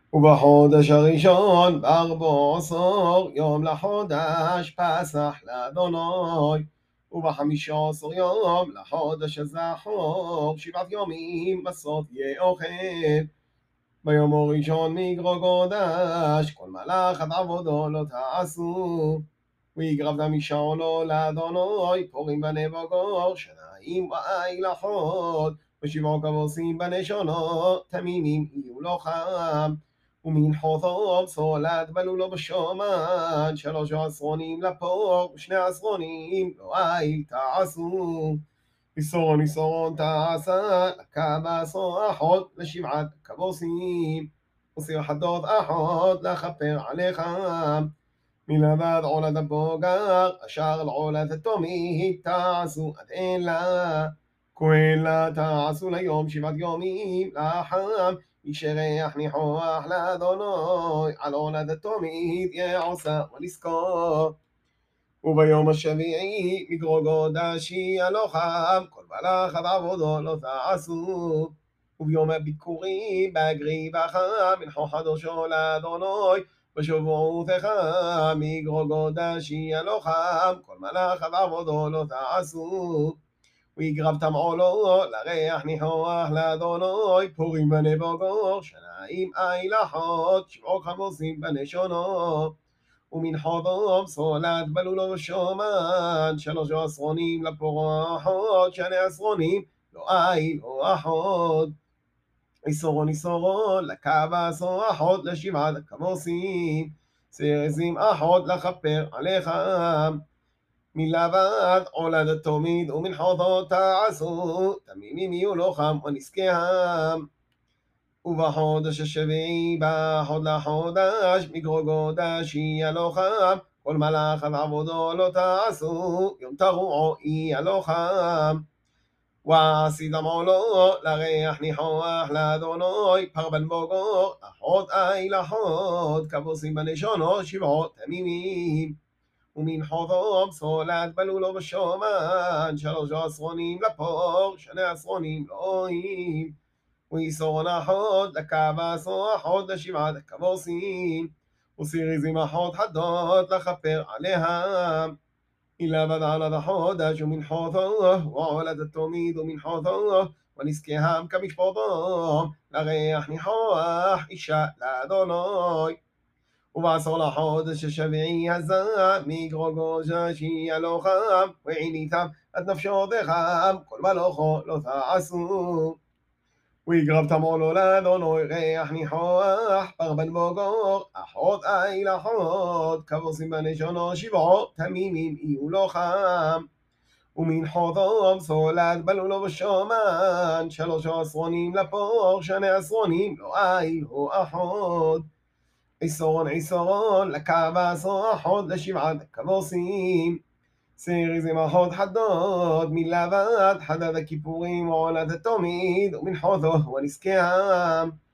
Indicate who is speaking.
Speaker 1: ובחודש הראשון ב14 יום לחודש פסח לאדוני, וב15 יום לחודש הזכור 7 ימים בסוף יאכל. ביום הראשון מגרוג קודש כל מלאכת עבודו לא תעשו. והקרבת משעולו לאדוני פורים בני בוגור שניים ואילחות, ושבעו כבשים בני שונו תמימים יהיו לו חם. ומנחותו סולת בלו לו בשומן 3 עשרונים לפור ו2 עשרונים לא איל תעשו. יסורון יסורון תעשה לכבש או אחות ל7 כבשים, וסיר חדות אחות לכפר עליך. מלבד עולת הבוגר אשר לעולת התומית תעשו עד אלה. כהלה תעשו ליום 7 ימים לחם, ישרח ניחוח לאדוני על עולת התומית יעושה ולזכור. וביום השביעי מדרוג קודשי הלא חם כל מלאכת עבודו לא תעשו. וביום הביקורים באגרי בחם מנחו חדשו לאדוני בשבועותיך מגרוג קודשי הלא חם כל מלאכת עבודו לא תעשו. והקרבתם עולו לריח ניחוח לאדוני פורים בני בוגור שניים אילחות 7 כבשים בני שונו. ומנחותו סולת בלו לו בשומן 3 עשרונים לפור אחות 2 עשרונים לא איל או אחות. יסורון יסורון לכבש או אחות ל7 כבשים, סרזים אחות לכפר עליך. מלבד עולת תמיד ומנחותו תעשו, תמימים יהיו לו חם ונזקיהם. ובחודש השביעי באחד לחודש מגרוג קודשי הלא חם כל מלאכת עבודו לא תעשו, יום תרועו אי הלא חם. ועשיתם עולו לריח ניחוח לאדוני פר בן בוגור אחות אילחות כבשים בני שונו 7 תמימים. ומנחותו סולת בלו לו בשומן 3 עשרונים לפור 2 עשרונים לא איל. ויסורון אחות לכבש או אחות ל7 כבשים, וסיריזים אחות חדות לכפר עליהם. מלבד עולת החודש ומנחותו ועולת התמיד ומנחותו ונזקיהם כמשפטו לריח ניחוח אישה לאדוני. וב10 לחודש השביעי הזה מגרוג קודשי הלא חם ועיניתם את נפשותיכם כל מלאכו לא תעשו. והקרבתם עולו לאדוני ריח ניחוח פר בן בוגור אחות אילחות כבשים בני שונו 7 תמימים יהיו לו חם. ומנחותו סולת בלו לו בשומן 3 עשרונים לפור 2 עשרונים לא איל או אחות. עשרון עשרון לכבש או אחות ל7 כבשים, סריזים אחות חדות מלבד חדד הכיפורים ועולת התמיד ומנחותו ונזקיהם.